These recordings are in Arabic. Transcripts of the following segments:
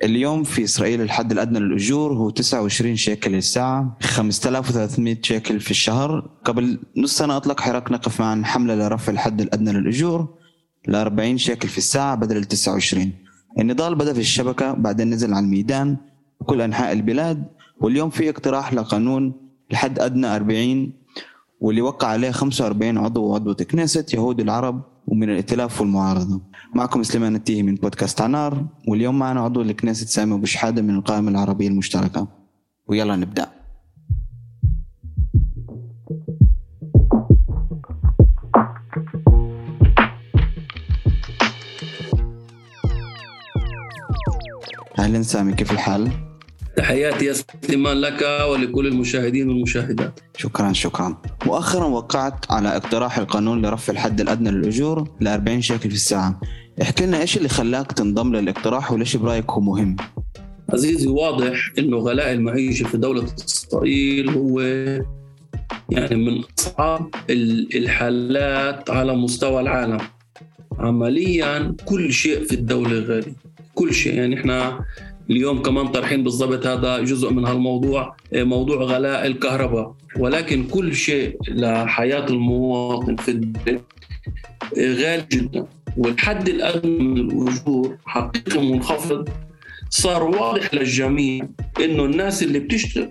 اليوم في إسرائيل الحد الأدنى للأجور هو 29 شيكل للساعة، 5300 شيكل في الشهر. قبل نص سنة أطلق حراك نقف مع حملة لرفع الحد الأدنى للأجور ل 40 شيكل في الساعة بدل 29. النضال بدأ في الشبكة، بعدين نزل على الميدان وكل أنحاء البلاد، واليوم في اقتراح لقانون لحد أدنى 40، واللي وقع عليه 45 عضو وعضوة كنيست يهود العرب ومن الائتلاف والمعارضة. معكم سليمان التيهي من بودكاست عنار، واليوم معنا عضو الكنيست سامي أبو شحادة من القائمة العربية المشتركة. ويلا نبدأ. أهلا سامي، كيف الحال؟ تحياتي يا سليمان لك ولكل المشاهدين والمشاهدات. شكرا. مؤخرا وقعت على اقتراح القانون لرفع الحد الأدنى للأجور ل 40 شيكل في الساعة. احكي لنا إيش اللي خلاك تنضم للاقتراح وليش برأيك هو مهم؟ عزيزي، واضح إنه غلاء المعيشة في دولة إسرائيل هو يعني من أصعب الحالات على مستوى العالم. عمليا كل شيء في الدولة غالي، كل شيء. يعني إحنا اليوم كمان طرحين بالضبط هذا جزء من هالموضوع، موضوع غلاء الكهرباء، ولكن كل شيء لحياة المواطن في الدولة غالي جدا. والحد الأدنى من الأجور حقيقة منخفض. صار واضح للجميع إنه الناس اللي بتشتغل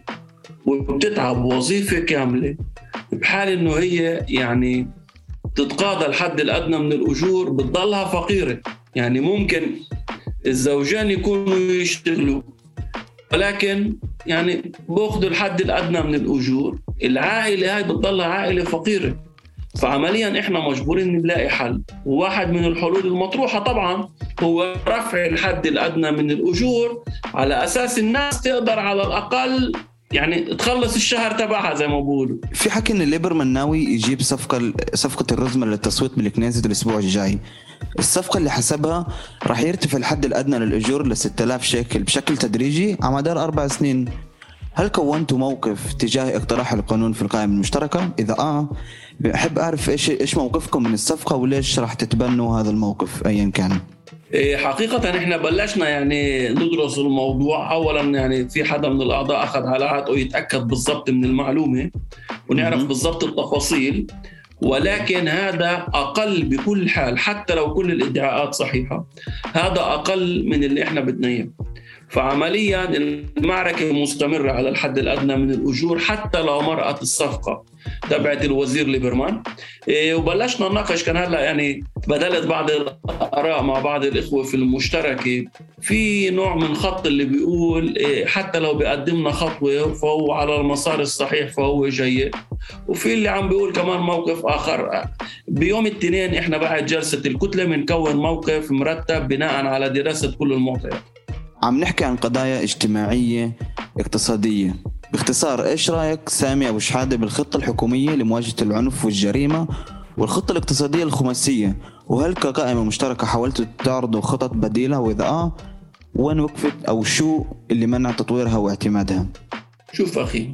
وبتتعب وظيفة كاملة بحال إنه هي يعني تتقاضى الحد الأدنى من الأجور بتضلها فقيرة. يعني ممكن الزوجين يكونوا يشتغلوا ولكن يعني بأخذوا الحد الأدنى من الأجور، العائلة هاي بتضلها عائلة فقيرة. فعمليا إحنا مجبورين نلاقي حل، وواحد من الحلول المطروحة طبعا هو رفع الحد الأدنى من الأجور على أساس الناس تقدر على الأقل يعني تخلص الشهر تبعها زي ما بقولوا. في حكي إن ليبرمان ناوي يجيب صفقة الرزمة للتصويت بالكنيست الأسبوع الجاي. الصفقة اللي حسبها راح يرتفع الحد الأدنى للأجور ل 6000 شيكل بشكل تدريجي على مدار 4 سنين. هل كونتوا موقف تجاه اقتراح القانون في القائمة المشتركة؟ إذا بحب أعرف إيش موقفكم من الصفقة وليش راح تتبنوا هذا الموقف أيا كان. حقيقة إحنا بلشنا يعني ندرس الموضوع. أولاً يعني في حدا من الأعضاء أخذ على عاتقه يتأكد بالضبط من المعلومة ونعرف بالضبط التفاصيل، ولكن هذا أقل بكل حال. حتى لو كل الادعاءات صحيحة، هذا أقل من اللي إحنا بدنا إياه. فعملياً المعركة مستمرة على الحد الأدنى من الأجور حتى لو مرأت الصفقة تبعت الوزير ليبرمان. وبلشنا نناقش. كان هلا يعني بدلت بعض الآراء مع بعض الإخوة في المشتركة في نوع من خط اللي بيقول حتى لو بيقدمنا خطوة فهو على المسار الصحيح فهو جيد، وفي اللي عم بيقول كمان موقف آخر. بيوم الاثنين إحنا بعد جلسة الكتلة بنكون موقف مرتب بناء على دراسة كل المعطيات. عم نحكي عن قضايا اجتماعية اقتصادية. باختصار إيش رأيك سامي أبو شحادة بالخطة الحكومية لمواجهة العنف والجريمة والخطة الاقتصادية الخماسية؟ وهل كقائمة مشتركة حاولتوا تعرضوا خطط بديلة؟ وإذا وين وقفت أو شو اللي منع تطويرها واعتمادها؟ شوف أخي،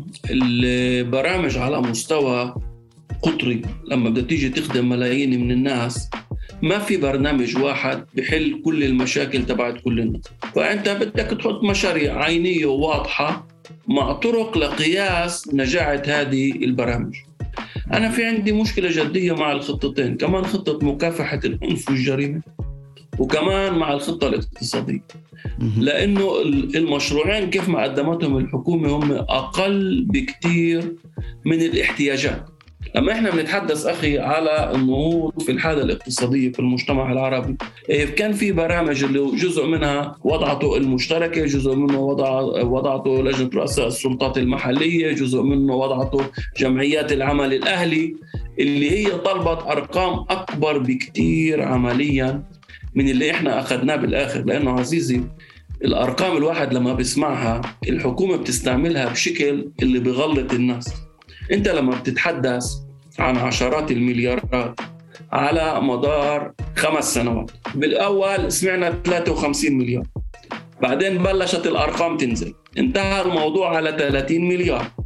البرامج على مستوى قطري لما بدها تيجي تخدم ملايين من الناس ما في برنامج واحد بحل كل المشاكل تبعت كل الناس. فأنت بدك تحط مشاريع عينية وواضحة مع طرق لقياس نجاعة هذه البرامج. أنا في عندي مشكلة جدية مع الخطتين، كمان خطة مكافحة العنف والجريمة وكمان مع الخطة الاقتصادية، لأنه المشروعين كيف ما قدمتهم الحكومة هم أقل بكتير من الاحتياجات. لما احنا بنتحدث أخي على النهوض في الحالة الاقتصادية في المجتمع العربي، كان في برامج اللي جزء منها وضعته المشتركة، جزء منه وضعته لجنة رؤساء السلطات المحلية، جزء منه وضعته جمعيات العمل الأهلي، اللي هي طلبت أرقام أكبر بكتير عمليا من اللي احنا أخذناه بالآخر. لأنه عزيزي الأرقام الواحد لما بيسمعها الحكومة بتستعملها بشكل اللي بيغلط الناس. انت لما بتتحدث عن عشرات المليارات على مدار 5 سنوات، بالأول سمعنا 53 مليار، بعدين بلشت الأرقام تنزل، انتهى الموضوع على 30 مليار.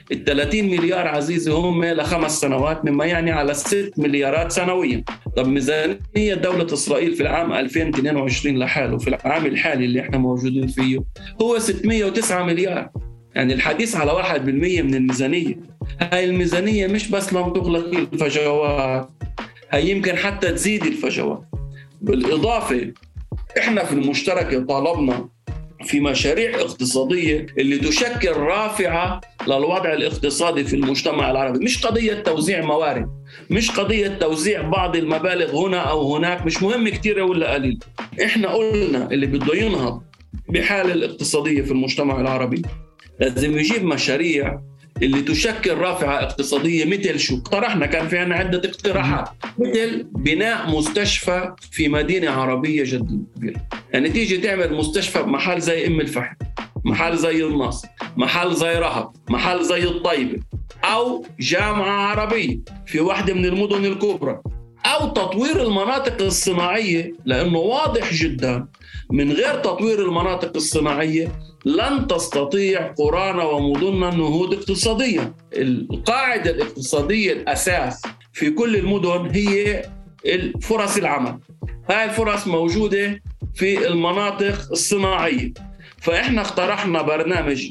ال30 مليار عزيزي هم ل5 سنوات، مما يعني على 6 مليارات سنويا. طب ميزانية دولة إسرائيل في العام 2022 لحاله في العام الحالي اللي احنا موجودين فيه هو 609 مليار. يعني الحديث على 1% من الميزانية. هاي الميزانية مش بس لم تغلق الفجوات، هي يمكن حتى تزيد الفجوات. بالإضافة احنا في المشتركة طالبنا في مشاريع اقتصادية اللي تشكل رافعة للوضع الاقتصادي في المجتمع العربي. مش قضية توزيع موارد، مش قضية توزيع بعض المبالغ هنا أو هناك، مش مهم كتير ولا قليل. احنا قلنا اللي بده ينهض بحالة الاقتصادية في المجتمع العربي لازم يجيب مشاريع اللي تشكل رافعة اقتصادية. مثل شو اقترحنا؟ كان في عنا عدة اقتراحات، مثل بناء مستشفى في مدينة عربية جدا كبيرة. يعني تيجي تعمل مستشفى بمحل زي أم الفحم، محل زي الناصر، محل زي رهب، محل زي الطيبة، أو جامعة عربية في واحدة من المدن الكبرى، أو تطوير المناطق الصناعية. لأنه واضح جدا من غير تطوير المناطق الصناعية لن تستطيع قرانا ومدننا النهوض اقتصاديا. القاعدة الاقتصادية الأساس في كل المدن هي الفرص العمل. هاي الفرص موجودة في المناطق الصناعية. فإحنا اقترحنا برنامج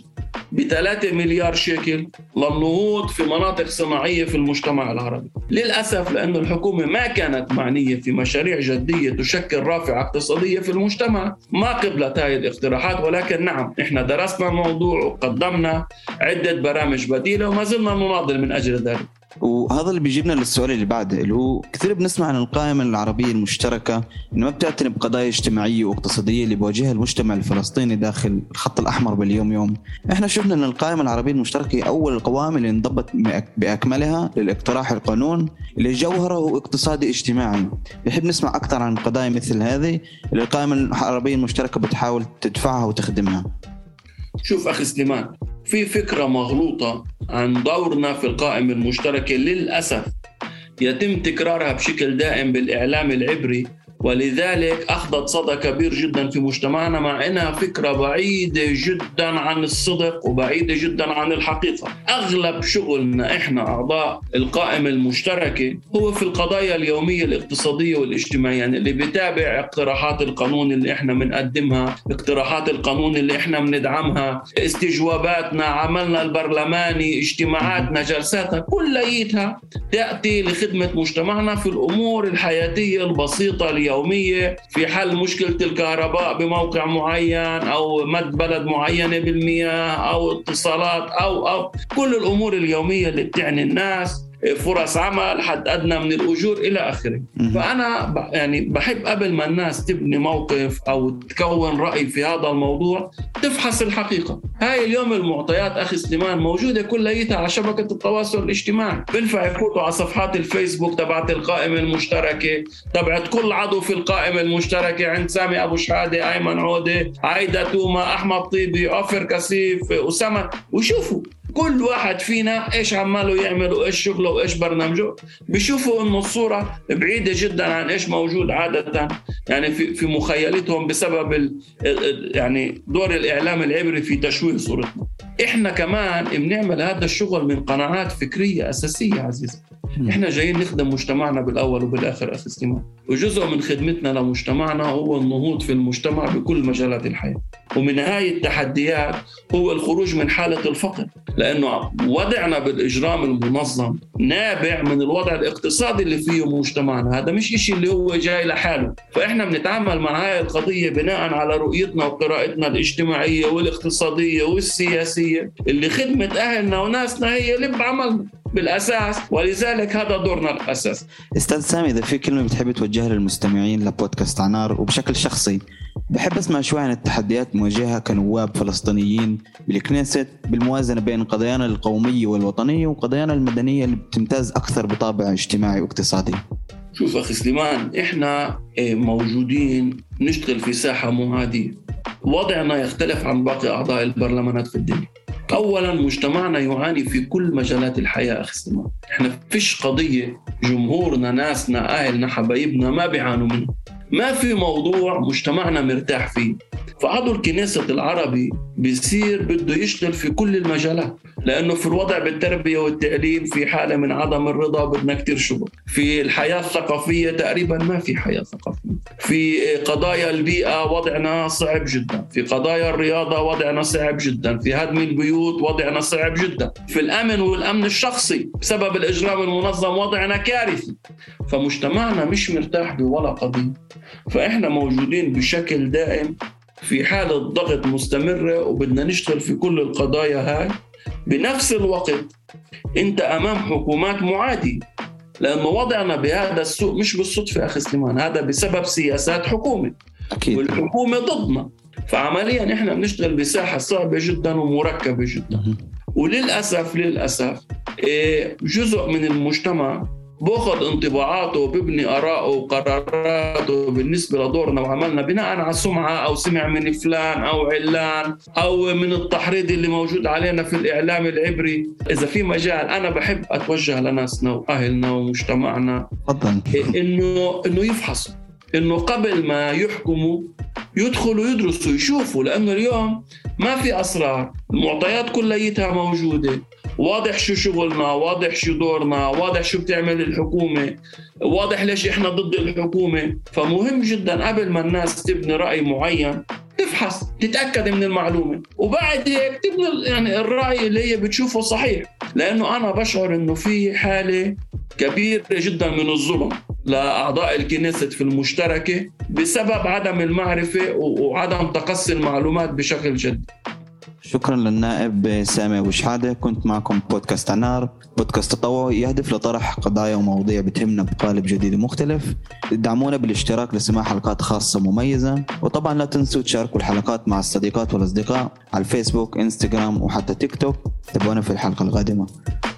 ب3 مليار شيكل للنهوض في مناطق صناعية في المجتمع العربي. للأسف لأن الحكومة ما كانت معنية في مشاريع جدية تشكل رافعة اقتصادية في المجتمع ما قبلت هذه الاقتراحات. ولكن نعم إحنا درسنا الموضوع وقدمنا عدة برامج بديلة وما زلنا نناضل من أجل ذلك. وهذا اللي بيجيبنا للسؤال اللي بعده، اللي هو كثير بنسمع عن القائمة العربية المشتركة إنه ما بتعتني بقضايا اجتماعية واقتصادية اللي بيواجهها المجتمع الفلسطيني داخل الخط الأحمر باليوم. إحنا شفنا أن القائمة العربية المشتركة هي أول القوائم اللي انضبط بأكملها للاقتراح القانون اللي جوهره اقتصادي اجتماعي. بحب نسمع أكثر عن قضايا مثل هذه اللي القائمة العربية المشتركة بتحاول تدفعها وتخدمها. شوف أخي سليمان، في فكرة مغلوطة عن دورنا في القائمة المشتركة للأسف يتم تكرارها بشكل دائم بالإعلام العبري، ولذلك أخذت صدى كبير جدا في مجتمعنا، مع أنها فكرة بعيدة جدا عن الصدق وبعيدة جدا عن الحقيقة. أغلب شغلنا إحنا أعضاء القائمة المشتركة هو في القضايا اليومية الاقتصادية والاجتماعية. يعني اللي بيتابع اقتراحات القانون اللي إحنا بنقدمها، اقتراحات القانون اللي إحنا بندعمها، استجواباتنا، عملنا البرلماني، اجتماعاتنا، جلساتنا، كليتها تأتي لخدمة مجتمعنا في الأمور الحياتية البسيطة اليومية، في حل مشكلة الكهرباء بموقع معين، أو مد بلد معينة بالمياه، أو اتصالات، أو كل الأمور اليومية اللي بتعني الناس، فرص عمل، حد أدنى من الأجور إلى آخره. فأنا يعني بحب قبل ما الناس تبني موقف أو تكون رأي في هذا الموضوع تفحص الحقيقة. هاي اليوم المعطيات أخي سليمان موجودة كلها على شبكة التواصل الاجتماعي. بنفع يفوتوا على صفحات الفيسبوك تبعت القائمة المشتركة، تبعت كل عضو في القائمة المشتركة، عند سامي أبو شحادة، أيمن عودة، عايدة توما، أحمد طيبي، عفر كسيف، أسامة، وشوفوا كل واحد فينا إيش عماله يعمل وإيش شغله وإيش برنامجه. بيشوفوا إنه الصورة بعيدة جدا عن إيش موجود عادة يعني في مخيلتهم بسبب يعني دور الإعلام العبري في تشويه صورتنا. إحنا كمان بنعمل هذا الشغل من قناعات فكرية أساسية عزيزي. إحنا جايين نخدم مجتمعنا بالأول وبالآخر أخي سليمان، وجزء من خدمتنا لمجتمعنا هو النهوض في المجتمع بكل مجالات الحياة. ومن هاي التحديات هو الخروج من حالة الفقر، لأنه وضعنا بالإجرام المنظم نابع من الوضع الاقتصادي اللي فيه مجتمعنا. هذا مش إشي اللي هو جاي لحاله. فإحنا بنتعامل مع هاي القضية بناء على رؤيتنا وقراءتنا الاجتماعية والاقتصادية والسياسية اللي خدمة أهلنا وناسنا هي لب عملنا بالأساس، ولذلك هذا دورنا الأساس. أستاذ سامي، إذا في كلمة بتحب توجهها للمستمعين لبودكاست عنار وبشكل شخصي، بحب أسمع شوي عن التحديات مواجهة كنواب فلسطينيين بالكنيست بالموازنة بين قضايانا القومية والوطنية وقضايانا المدنية اللي بتمتاز أكثر بطابع اجتماعي واقتصادي. شوف أخي سليمان، إحنا موجودين نشتغل في ساحة معادية. وضعنا يختلف عن باقي أعضاء البرلمانات في الدنيا. أولاً مجتمعنا يعاني في كل مجالات الحياة أخي سليمان. إحنا فيش قضية جمهورنا، ناسنا، أهلنا، حبايبنا ما بيعانوا منه. ما في موضوع مجتمعنا مرتاح فيه. فعضو الكنيسة العربي بيصير بده يشتغل في كل المجالات، لأنه في الوضع بالتربية والتعليم في حالة من عدم الرضا، بدنا كتير شغل. في الحياة الثقافية تقريبا ما في حياة ثقافية. في قضايا البيئة وضعنا صعب جدا. في قضايا الرياضة وضعنا صعب جدا. في هدم البيوت وضعنا صعب جدا. في الأمن والأمن الشخصي بسبب الإجرام المنظم وضعنا كارثي. فمجتمعنا مش مرتاح بولا قضية. فإحنا موجودين بشكل دائم في حالة ضغط مستمرة، وبدنا نشتغل في كل القضايا هاي. بنفس الوقت انت امام حكومات معادية، لانه وضعنا بهذا السوق مش بالصدفة اخي سليمان، هذا بسبب سياسات حكومة. أكيد. والحكومة ضدنا. فعمليا احنا بنشتغل بساحة صعبة جدا ومركبة جدا. وللأسف جزء من المجتمع بأخذ انطباعاته وببني آراءه وقراراته بالنسبة لدورنا وعملنا بناء على السمعة، أو سمع من فلان أو علان، أو من التحريض اللي موجود علينا في الإعلام العبري. إذا في مجال أنا بحب أتوجه لناسنا وأهلنا ومجتمعنا إنه يفحصوا، إنه قبل ما يحكموا يدخلوا يدرسوا يشوفوا، لأنه اليوم ما في أسرار، المعطيات كلها موجودة، واضح شو شغلنا، واضح شو دورنا، واضح شو بتعمل الحكومة، واضح ليش إحنا ضد الحكومة. فمهم جدا قبل ما الناس تبني رأي معين تفحص، تتأكد من المعلومة، وبعد هيك تبني يعني الرأي اللي هي بتشوفه صحيح. لأنه أنا بشعر إنه في حالة كبيرة جدا من الظلم لأعضاء الكنيسة في المشتركة بسبب عدم المعرفة وعدم تقصي المعلومات بشكل جدي. شكرا للنائب سامي أبو شحادة. كنت معكم بودكاست عنار، بودكاست تطوعي يهدف لطرح قضايا ومواضيع بتهمنا بقالب جديد ومختلف. دعمونا بالاشتراك لسماع حلقات خاصة مميزة، وطبعا لا تنسوا تشاركوا الحلقات مع الصديقات والأصدقاء على الفيسبوك، إنستغرام وحتى تيك توك. تابعونا في الحلقة القادمة.